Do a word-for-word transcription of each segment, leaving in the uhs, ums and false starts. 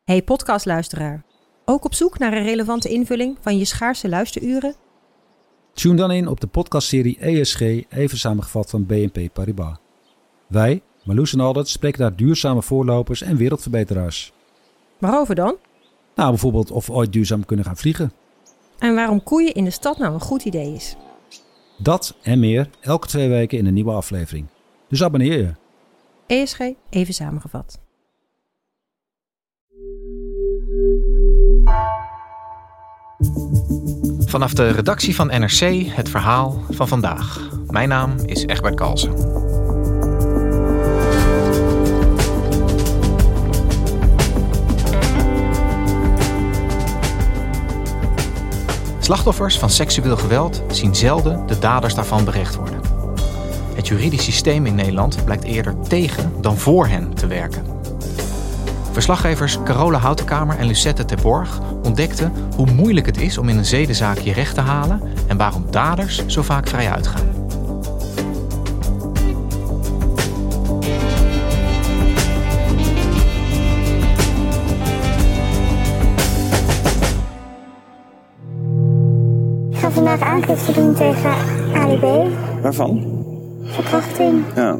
Hey podcastluisteraar, ook op zoek naar een relevante invulling van je schaarse luisteruren? Tune dan in op de podcastserie E S G, even samengevat van B N P Paribas. Wij, Marloes en Aldert, spreken daar duurzame voorlopers en wereldverbeteraars. Waarover dan? Nou, bijvoorbeeld of we ooit duurzaam kunnen gaan vliegen. En waarom koeien in de stad nou een goed idee is. Dat en meer elke twee weken in een nieuwe aflevering. Dus abonneer je. E S G, even samengevat. Vanaf de redactie van N R C het verhaal van vandaag. Mijn naam is Egbert Kalsen. Slachtoffers van seksueel geweld zien zelden de daders daarvan berecht worden. Het juridisch systeem in Nederland blijkt eerder tegen dan voor hen te werken. Verslaggevers Carola Houtenkamer en Lucette ter Borch ontdekten hoe moeilijk het is om in een zedenzaak je recht te halen en waarom daders zo vaak vrij uitgaan. Ik ga vandaag aangifte doen tegen Ali B. Waarvan? Verkrachting. Ja.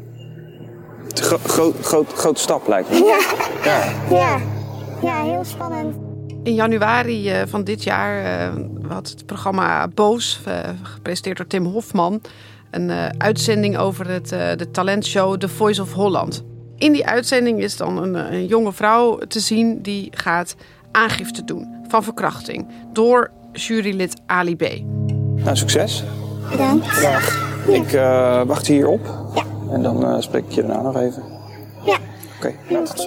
Gro- groot, groot, grote stap lijkt me. Ja. Ja. Ja. Ja, heel spannend. In januari uh, van dit jaar uh, had het programma Boos, uh, gepresenteerd door Tim Hofman, een uh, uitzending over het, uh, de talentshow The Voice of Holland. In die uitzending is dan een, een jonge vrouw te zien die gaat aangifte doen van verkrachting door jurylid Ali B. Nou, succes. Bedankt. Dag. Ik uh, wacht hier op. Ja. En dan uh, spreek ik je daarna nog even. Ja. Oké, okay, nou tot zo.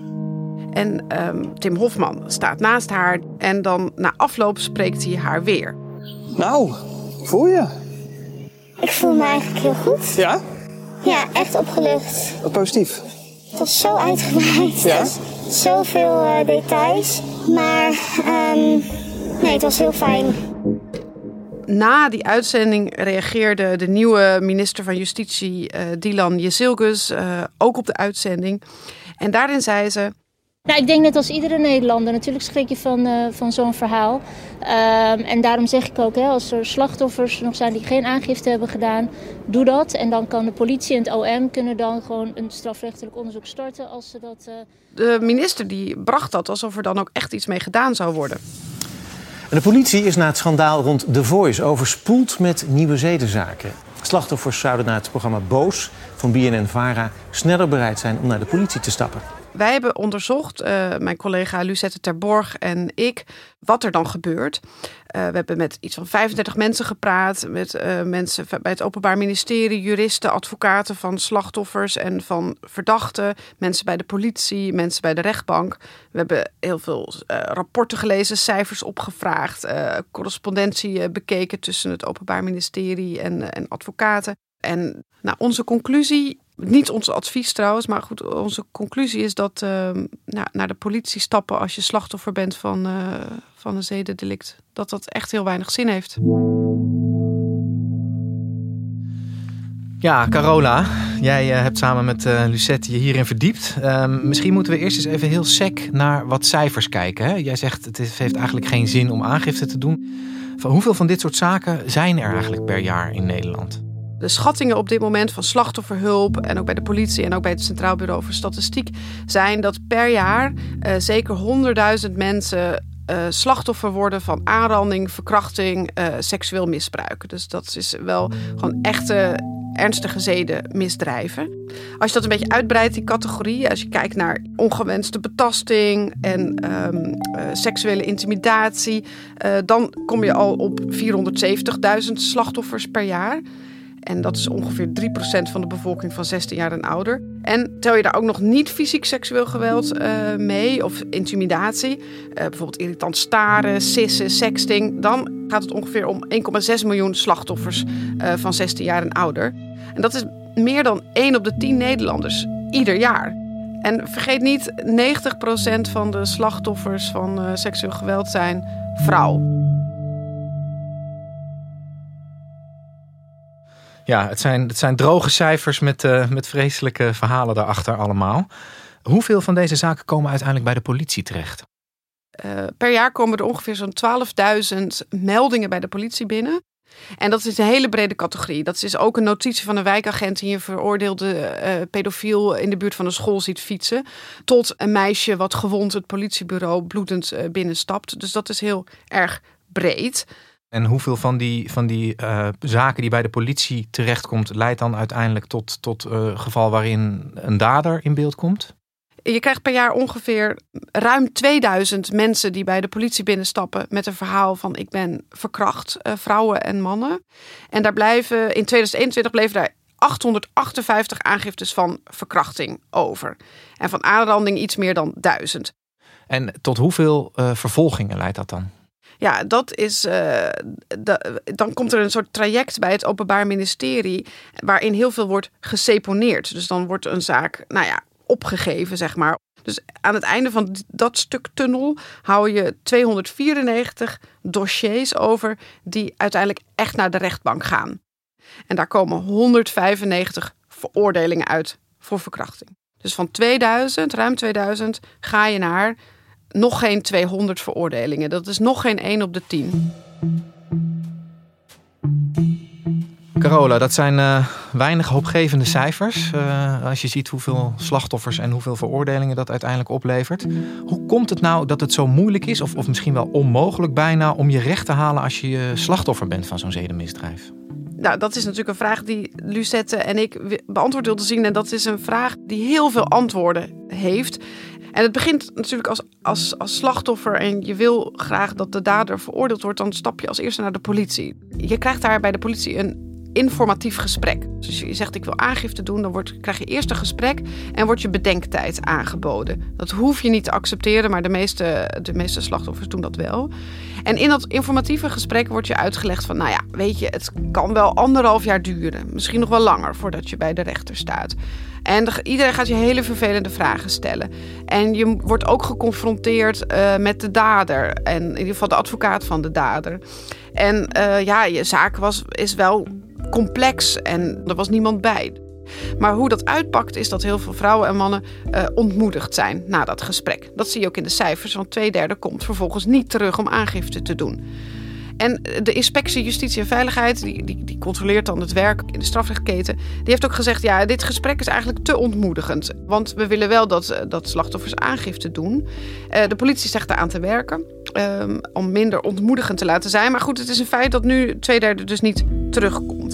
En um, Tim Hofman staat naast haar en dan na afloop spreekt hij haar weer. Nou, voel je? Ik voel me eigenlijk heel goed. Ja? Ja, echt opgelucht. Wat positief. Het was zo uitgebreid. Ja? Dus zoveel uh, details. Maar um, nee, het was heel fijn. Na die uitzending reageerde de nieuwe minister van Justitie, uh, Dilan Yeşilgöz, uh, ook op de uitzending. En daarin zei ze: Nou, ik denk net als iedere Nederlander. Natuurlijk schrik je van, uh, van zo'n verhaal. Um, en daarom zeg ik ook, hè, als er slachtoffers nog zijn die geen aangifte hebben gedaan, doe dat. En dan kan de politie en het O M kunnen dan gewoon een strafrechtelijk onderzoek starten als ze dat... Uh... De minister die bracht dat alsof er dan ook echt iets mee gedaan zou worden. De politie is na het schandaal rond The Voice overspoeld met nieuwe zedenzaken. Slachtoffers zouden na het programma Boos van B N N-Vara sneller bereid zijn om naar de politie te stappen. Wij hebben onderzocht, uh, mijn collega Lucette ter Borch en ik, wat er dan gebeurt. Uh, we hebben met iets van vijfendertig mensen gepraat, met uh, mensen bij het Openbaar Ministerie, juristen, advocaten van slachtoffers en van verdachten, mensen bij de politie, mensen bij de rechtbank. We hebben heel veel uh, rapporten gelezen, cijfers opgevraagd, uh, correspondentie uh, bekeken tussen het Openbaar Ministerie en, uh, en advocaten. En nou, onze conclusie, niet ons advies trouwens, maar goed, onze conclusie is dat uh, nou, naar de politie stappen als je slachtoffer bent van, uh, van een zedendelict, dat dat echt heel weinig zin heeft. Ja, Carola, jij uh, hebt samen met uh, Lucette je hierin verdiept. Uh, misschien moeten we eerst eens even heel sec naar wat cijfers kijken. Hè? Jij zegt het heeft eigenlijk geen zin om aangifte te doen. Van hoeveel van dit soort zaken zijn er eigenlijk per jaar in Nederland? De schattingen op dit moment van slachtofferhulp en ook bij de politie en ook bij het Centraal Bureau voor Statistiek zijn dat per jaar uh, zeker honderdduizend mensen uh, slachtoffer worden van aanranding, verkrachting, uh, seksueel misbruik. Dus dat is wel gewoon echte ernstige zedenmisdrijven. Als je dat een beetje uitbreidt, die categorie, als je kijkt naar ongewenste betasting en um, uh, seksuele intimidatie, uh, dan kom je al op vierhonderdzeventigduizend slachtoffers per jaar. En dat is ongeveer drie procent van de bevolking van zestien jaar en ouder. En tel je daar ook nog niet fysiek seksueel geweld uh, mee of intimidatie, uh, bijvoorbeeld irritant staren, sissen, sexting, dan gaat het ongeveer om één komma zes miljoen slachtoffers uh, van zestien jaar en ouder. En dat is meer dan één op de tien Nederlanders ieder jaar. En vergeet niet, negentig procent van de slachtoffers van uh, seksueel geweld zijn vrouw. Ja, het zijn, het zijn droge cijfers met, uh, met vreselijke verhalen daarachter allemaal. Hoeveel van deze zaken komen uiteindelijk bij de politie terecht? Uh, per jaar komen er ongeveer zo'n twaalfduizend meldingen bij de politie binnen. En dat is een hele brede categorie. Dat is ook een notitie van een wijkagent die een veroordeelde uh, pedofiel in de buurt van een school ziet fietsen. Tot een meisje wat gewond het politiebureau bloedend uh, binnenstapt. Dus dat is heel erg breed. En hoeveel van die, van die uh, zaken die bij de politie terechtkomt, leidt dan uiteindelijk tot, tot uh, geval waarin een dader in beeld komt? Je krijgt per jaar ongeveer ruim tweeduizend mensen die bij de politie binnenstappen met een verhaal van ik ben verkracht, uh, vrouwen en mannen. En daar blijven in tweeduizend eenentwintig bleven daar achthonderdachtenvijftig aangiftes van verkrachting over. En van aanranding iets meer dan duizend. En tot hoeveel uh, vervolgingen leidt dat dan? Ja, dat is. Uh, de, dan komt er een soort traject bij het Openbaar Ministerie waarin heel veel wordt geseponeerd. Dus dan wordt een zaak, nou ja, opgegeven, zeg maar. Dus aan het einde van dat stuk tunnel hou je tweehonderdvierennegentig dossiers over die uiteindelijk echt naar de rechtbank gaan. En daar komen honderdvijfennegentig veroordelingen uit voor verkrachting. Dus van tweeduizend, ruim tweeduizend, ga je naar nog geen tweehonderd veroordelingen. Dat is nog geen één op de tien. Carola, dat zijn uh, weinig hoopgevende cijfers. Uh, als je ziet hoeveel slachtoffers en hoeveel veroordelingen dat uiteindelijk oplevert. Hoe komt het nou dat het zo moeilijk is, of, of misschien wel onmogelijk bijna, om je recht te halen als je slachtoffer bent van zo'n zedenmisdrijf? Nou, dat is natuurlijk een vraag die Lucette en ik beantwoord wilden zien. En dat is een vraag die heel veel antwoorden heeft. En het begint natuurlijk als, als, als slachtoffer en je wil graag dat de dader veroordeeld wordt, dan stap je als eerste naar de politie. Je krijgt daar bij de politie een informatief gesprek. Dus als je zegt ik wil aangifte doen, dan wordt, krijg je eerst een gesprek en wordt je bedenktijd aangeboden. Dat hoef je niet te accepteren, maar de meeste, de meeste slachtoffers doen dat wel. En in dat informatieve gesprek wordt je uitgelegd van, nou ja, weet je, het kan wel anderhalf jaar duren. Misschien nog wel langer voordat je bij de rechter staat. En de, iedereen gaat je hele vervelende vragen stellen. En je wordt ook geconfronteerd uh, met de dader. En in ieder geval de advocaat van de dader. En uh, ja, je zaak was, is wel complex en er was niemand bij. Maar hoe dat uitpakt is dat heel veel vrouwen en mannen uh, ontmoedigd zijn na dat gesprek. Dat zie je ook in de cijfers, want twee derde komt vervolgens niet terug om aangifte te doen. En de inspectie Justitie en Veiligheid, die, die, die controleert dan het werk in de strafrechtketen, die heeft ook gezegd, ja, dit gesprek is eigenlijk te ontmoedigend. Want we willen wel dat, dat slachtoffers aangifte doen. Uh, de politie zegt eraan te werken, um, om minder ontmoedigend te laten zijn. Maar goed, het is een feit dat nu twee derde dus niet terugkomt.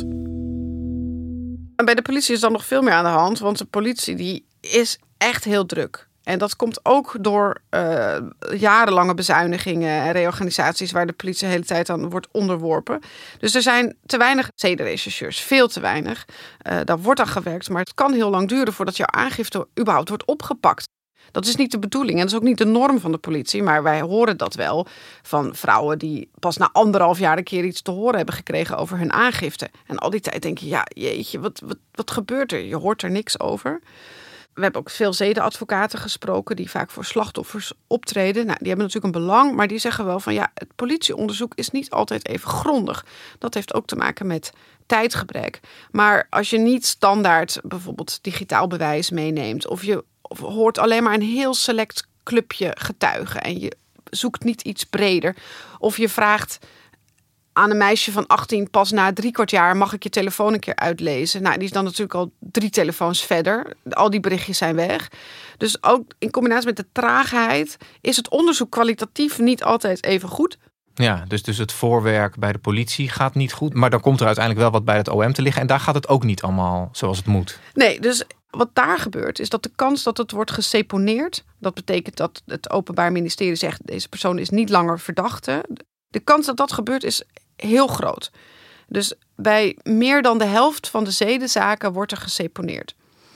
En bij de politie is dan nog veel meer aan de hand, want de politie die is echt heel druk. En dat komt ook door uh, jarenlange bezuinigingen en reorganisaties waar de politie de hele tijd aan wordt onderworpen. Dus er zijn te weinig zedenrechercheurs, veel te weinig. Uh, daar wordt aan gewerkt, maar het kan heel lang duren voordat jouw aangifte überhaupt wordt opgepakt. Dat is niet de bedoeling en dat is ook niet de norm van de politie. Maar wij horen dat wel van vrouwen die pas na anderhalf jaar een keer iets te horen hebben gekregen over hun aangifte. En al die tijd denk je, ja jeetje, wat, wat, wat gebeurt er? Je hoort er niks over. We hebben ook veel zedenadvocaten gesproken die vaak voor slachtoffers optreden. Nou, die hebben natuurlijk een belang, maar die zeggen wel van ja, het politieonderzoek is niet altijd even grondig. Dat heeft ook te maken met tijdgebrek. Maar als je niet standaard bijvoorbeeld digitaal bewijs meeneemt of je of hoort alleen maar een heel select clubje getuigen en je zoekt niet iets breder of je vraagt aan een meisje van achttien pas na drie kwart jaar mag ik je telefoon een keer uitlezen. Nou, die is dan natuurlijk al drie telefoons verder. Al die berichtjes zijn weg. Dus ook in combinatie met de traagheid is het onderzoek kwalitatief niet altijd even goed. Ja, dus, dus het voorwerk bij de politie gaat niet goed. Maar dan komt er uiteindelijk wel wat bij het O M te liggen. En daar gaat het ook niet allemaal zoals het moet. Nee, dus wat daar gebeurt is dat de kans dat het wordt geseponeerd. Dat betekent dat het Openbaar Ministerie zegt deze persoon is niet langer verdachte. De kans dat dat gebeurt is heel groot. Dus bij meer dan de helft van de zedenzaken wordt er geseponeerd.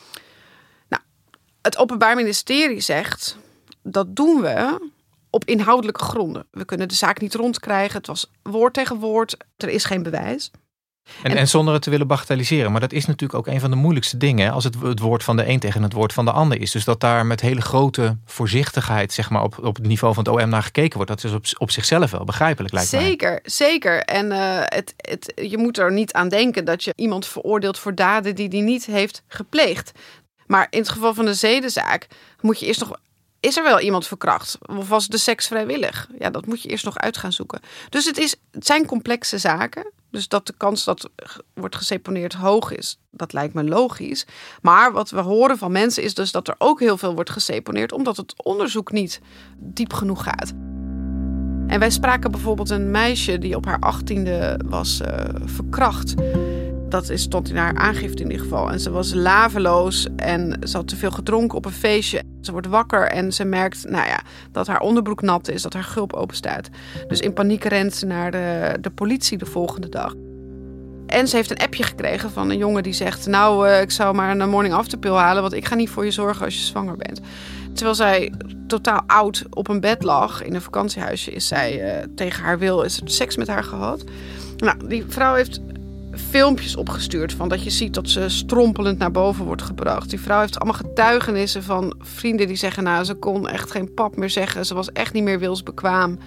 Nou, het Openbaar Ministerie zegt dat doen we op inhoudelijke gronden. We kunnen de zaak niet rondkrijgen. Het was woord tegen woord. Er is geen bewijs. En, en, en zonder het te willen bagatelliseren. Maar dat is natuurlijk ook een van de moeilijkste dingen. Als het het woord van de een tegen het woord van de ander is. Dus dat daar met hele grote voorzichtigheid zeg maar, op, op het niveau van het O M naar gekeken wordt. Dat is op, op zichzelf wel begrijpelijk, lijkt mij. Zeker, zeker. En uh, het, het, je moet er niet aan denken dat je iemand veroordeelt voor daden die hij niet heeft gepleegd. Maar in het geval van de zedenzaak moet je eerst nog... Is er wel iemand verkracht? Of was de seks vrijwillig? Ja, dat moet je eerst nog uit gaan zoeken. Dus het, is, het zijn complexe zaken. Dus dat de kans dat wordt geseponeerd hoog is, dat lijkt me logisch. Maar wat we horen van mensen is dus dat er ook heel veel wordt geseponeerd, omdat het onderzoek niet diep genoeg gaat. En wij spraken bijvoorbeeld een meisje die op haar achttiende was uh, verkracht. Dat is, stond in haar aangifte in ieder geval. En ze was laveloos en ze had te veel gedronken op een feestje. Ze wordt wakker en ze merkt nou ja, dat haar onderbroek nat is, dat haar gulp open staat. Dus in paniek rent ze naar de, de politie de volgende dag. En ze heeft een appje gekregen van een jongen die zegt... nou, uh, ik zou maar een morning after pill halen, want ik ga niet voor je zorgen als je zwanger bent. Terwijl zij totaal oud op een bed lag in een vakantiehuisje, is zij uh, tegen haar wil is er seks met haar gehad. Nou, die vrouw heeft filmpjes opgestuurd van dat je ziet dat ze strompelend naar boven wordt gebracht. Die vrouw heeft allemaal getuigenissen van vrienden die zeggen... nou, ze kon echt geen pap meer zeggen. Ze was echt niet meer wilsbekwaam.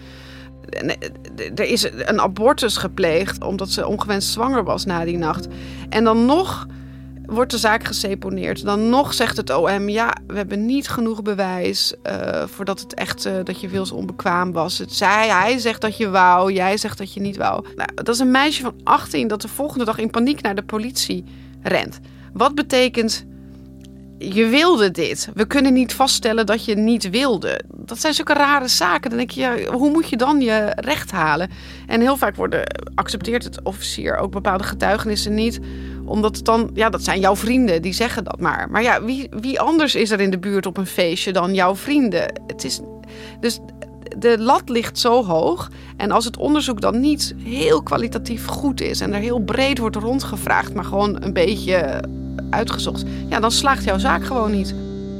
Er is een abortus gepleegd omdat ze ongewenst zwanger was na die nacht. En dan nog wordt de zaak geseponeerd. Dan nog zegt het O M, ja, we hebben niet genoeg bewijs uh, voordat het echt uh, dat je wilsonbekwaam was. Het zei, hij zegt dat je wou, jij zegt dat je niet wou. Nou, dat is een meisje van achttien dat de volgende dag in paniek naar de politie rent. Wat betekent, je wilde dit. We kunnen niet vaststellen dat je niet wilde. Dat zijn zulke rare zaken. Dan denk je, ja, hoe moet je dan je recht halen? En heel vaak worden, accepteert het officier ook bepaalde getuigenissen niet, omdat het dan, ja, dat zijn jouw vrienden, die zeggen dat maar. Maar ja, wie, wie anders is er in de buurt op een feestje dan jouw vrienden? Het is, dus de lat ligt zo hoog. En als het onderzoek dan niet heel kwalitatief goed is en er heel breed wordt rondgevraagd, maar gewoon een beetje uitgezocht, ja, dan slaagt jouw zaak gewoon niet.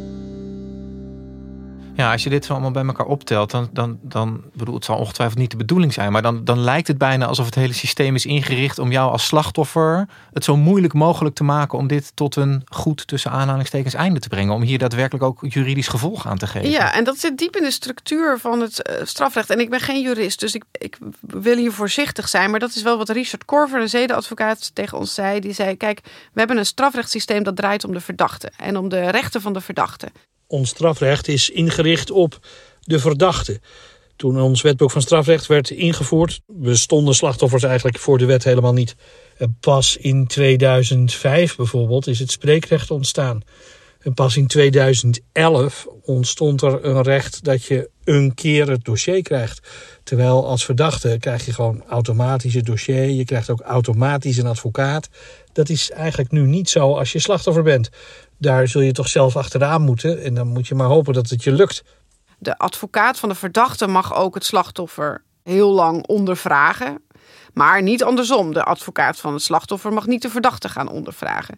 Ja, als je dit zo allemaal bij elkaar optelt, dan, dan, dan bedoel, het zal ongetwijfeld niet de bedoeling zijn, maar dan, dan lijkt het bijna alsof het hele systeem is ingericht om jou als slachtoffer het zo moeilijk mogelijk te maken om dit tot een goed, tussen aanhalingstekens, einde te brengen. Om hier daadwerkelijk ook juridisch gevolg aan te geven. Ja, en dat zit diep in de structuur van het uh, strafrecht. En ik ben geen jurist, dus ik, ik wil hier voorzichtig zijn. Maar dat is wel wat Richard Korver, een zedenadvocaat, tegen ons zei. Die zei, kijk, we hebben een strafrechtssysteem dat draait om de verdachte en om de rechten van de verdachte. Ons strafrecht is ingericht op de verdachte. Toen ons wetboek van strafrecht werd ingevoerd, bestonden slachtoffers eigenlijk voor de wet helemaal niet. Pas in tweeduizend vijf bijvoorbeeld is het spreekrecht ontstaan. En pas in tweeduizend elf ontstond er een recht dat je een keer het dossier krijgt. Terwijl als verdachte krijg je gewoon automatisch het dossier. Je krijgt ook automatisch een advocaat. Dat is eigenlijk nu niet zo als je slachtoffer bent. Daar zul je toch zelf achteraan moeten. En dan moet je maar hopen dat het je lukt. De advocaat van de verdachte mag ook het slachtoffer heel lang ondervragen. Maar niet andersom. De advocaat van het slachtoffer mag niet de verdachte gaan ondervragen.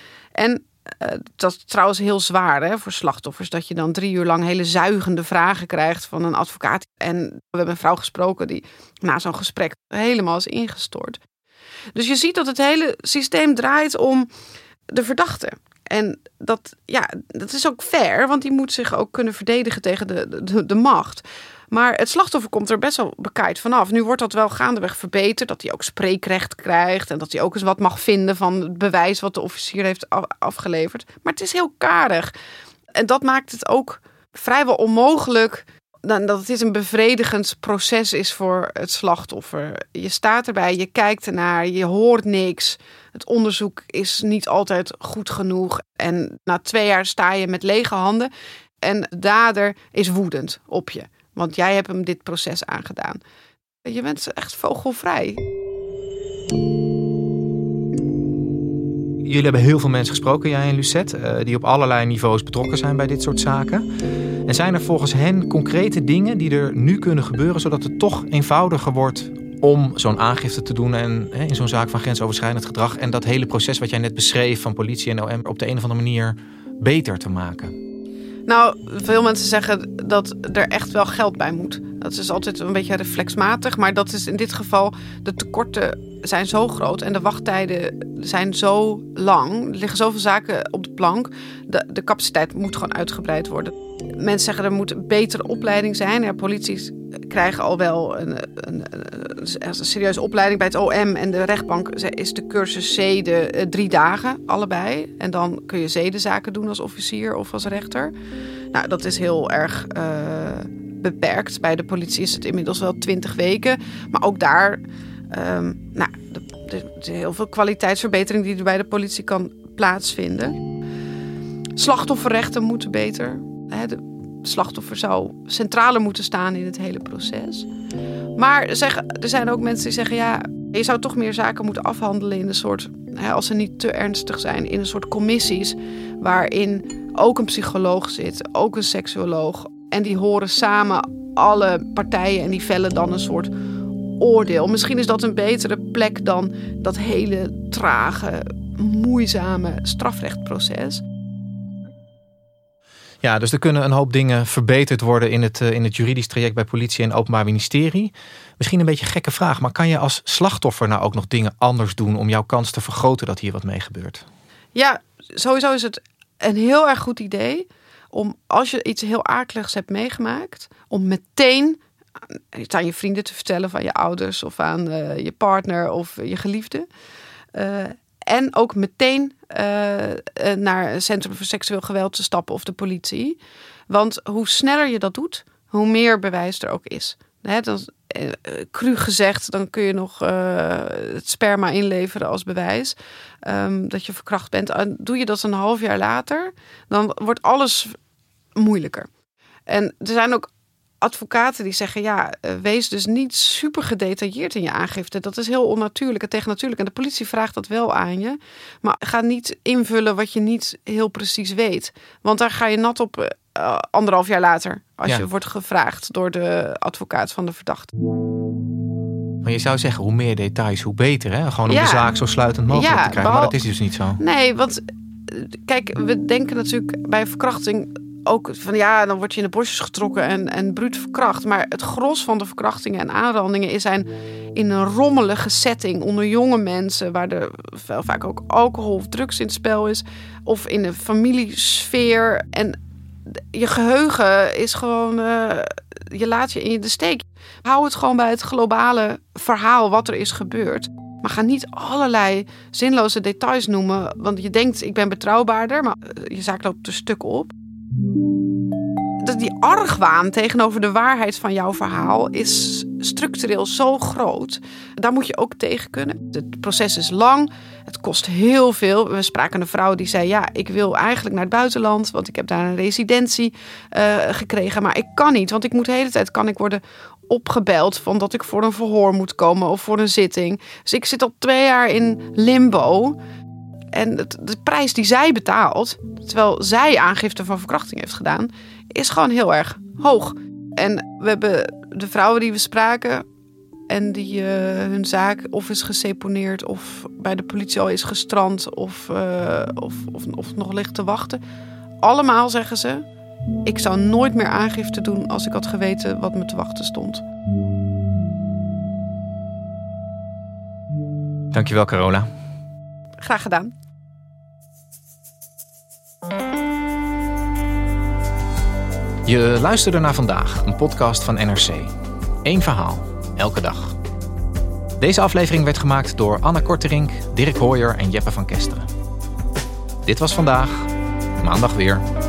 En uh, dat is trouwens heel zwaar, hè, voor slachtoffers. Dat je dan drie uur lang hele zuigende vragen krijgt van een advocaat. En we hebben een vrouw gesproken die na zo'n gesprek helemaal is ingestort. Dus je ziet dat het hele systeem draait om de verdachte. En dat, ja, dat is ook fair, want die moet zich ook kunnen verdedigen tegen de, de, de macht. Maar het slachtoffer komt er best wel bekaaid vanaf. Nu wordt dat wel gaandeweg verbeterd, dat hij ook spreekrecht krijgt en dat hij ook eens wat mag vinden van het bewijs wat de officier heeft afgeleverd. Maar het is heel karig. En dat maakt het ook vrijwel onmogelijk dat het een bevredigend proces is voor het slachtoffer. Je staat erbij, je kijkt ernaar, je hoort niks. Het onderzoek is niet altijd goed genoeg. En na twee jaar sta je met lege handen. En de dader is woedend op je. Want jij hebt hem dit proces aangedaan. Je bent echt vogelvrij. Jullie hebben heel veel mensen gesproken, jij en Lucette, uh, die op allerlei niveaus betrokken zijn bij dit soort zaken. En zijn er volgens hen concrete dingen die er nu kunnen gebeuren, zodat het toch eenvoudiger wordt om zo'n aangifte te doen en hè, in zo'n zaak van grensoverschrijdend gedrag en dat hele proces wat jij net beschreef van politie en O M op de een of andere manier beter te maken? Nou, veel mensen zeggen dat er echt wel geld bij moet. Dat is altijd een beetje reflexmatig, maar dat is in dit geval, de tekorten zijn zo groot en de wachttijden zijn zo lang. Er liggen zoveel zaken op de plank. De, de capaciteit moet gewoon uitgebreid worden. Mensen zeggen er moet betere opleiding zijn. Ja, politie krijgen al wel een, een, een, een serieuze opleiding bij het O M en de rechtbank is de cursus zeden uh, drie dagen, allebei. En dan kun je zedenzaken doen als officier of als rechter. Nou, dat is heel erg uh, beperkt. Bij de politie is het inmiddels wel twintig weken. Maar ook daar, um, nou, er is heel veel kwaliteitsverbetering die er bij de politie kan plaatsvinden. Slachtofferrechten moeten beter. De slachtoffer zou centraler moeten staan in het hele proces. Maar zeg, er zijn ook mensen die zeggen, ja, je zou toch meer zaken moeten afhandelen in een soort, als ze niet te ernstig zijn, in een soort commissies waarin ook een psycholoog zit, ook een seksuoloog. En die horen samen alle partijen en die vellen dan een soort oordeel. Misschien is dat een betere plek dan dat hele trage, moeizame strafrechtproces. Ja, dus er kunnen een hoop dingen verbeterd worden in het, in het juridisch traject bij politie en openbaar ministerie. Misschien een beetje een gekke vraag, maar kan je als slachtoffer nou ook nog dingen anders doen om jouw kans te vergroten dat hier wat mee gebeurt? Ja, sowieso is het een heel erg goed idee om, als je iets heel akeligs hebt meegemaakt, om meteen het aan je vrienden te vertellen, van je ouders of aan uh, je partner of je geliefde. Uh, En ook meteen uh, naar een centrum voor seksueel geweld te stappen of de politie. Want hoe sneller je dat doet, hoe meer bewijs er ook is. Hè, dan, uh, cru gezegd, dan kun je nog uh, het sperma inleveren als bewijs. Um, dat je verkracht bent. En doe je dat een half jaar later, dan wordt alles moeilijker. En er zijn ook advocaten die zeggen, ja, wees dus niet super gedetailleerd in je aangifte. Dat is heel onnatuurlijk en tegennatuurlijk. En de politie vraagt dat wel aan je. Maar ga niet invullen wat je niet heel precies weet. Want daar ga je nat op uh, anderhalf jaar later. Als ja. je wordt gevraagd door de advocaat van de verdachte. Maar je zou zeggen, hoe meer details, hoe beter. Hè? Gewoon om ja. de zaak zo sluitend mogelijk ja, te krijgen. Maar dat is dus niet zo. Nee, want kijk, we denken natuurlijk bij verkrachting ook van, ja, dan word je in de bosjes getrokken en, en bruut verkracht. Maar het gros van de verkrachtingen en aanrandingen zijn in een rommelige setting onder jonge mensen, waar er veel, vaak ook alcohol of drugs in het spel is. Of in een familiesfeer. En je geheugen is gewoon, uh, je laat je in de steek. Hou het gewoon bij het globale verhaal wat er is gebeurd. Maar ga niet allerlei zinloze details noemen. Want je denkt, ik ben betrouwbaarder, maar je zaak loopt een stuk op. Die argwaan tegenover de waarheid van jouw verhaal is structureel zo groot. Daar moet je ook tegen kunnen. Het proces is lang, het kost heel veel. We spraken een vrouw die zei, ja, ik wil eigenlijk naar het buitenland, want ik heb daar een residentie uh, gekregen. Maar ik kan niet, want ik moet de hele tijd kan ik worden opgebeld van dat ik voor een verhoor moet komen of voor een zitting. Dus ik zit al twee jaar in limbo. En de prijs die zij betaalt, terwijl zij aangifte van verkrachting heeft gedaan, is gewoon heel erg hoog. En we hebben de vrouwen die we spraken en die uh, hun zaak of is geseponeerd of bij de politie al is gestrand of, uh, of, of, of nog ligt te wachten. Allemaal zeggen ze, ik zou nooit meer aangifte doen als ik had geweten wat me te wachten stond. Dankjewel, Carola. Graag gedaan. Je luisterde naar Vandaag, een podcast van N R C. Eén verhaal, elke dag. Deze aflevering werd gemaakt door Anna Korterink, Dirk Hooyer en Jeppe van Kesteren. Dit was Vandaag, maandag weer.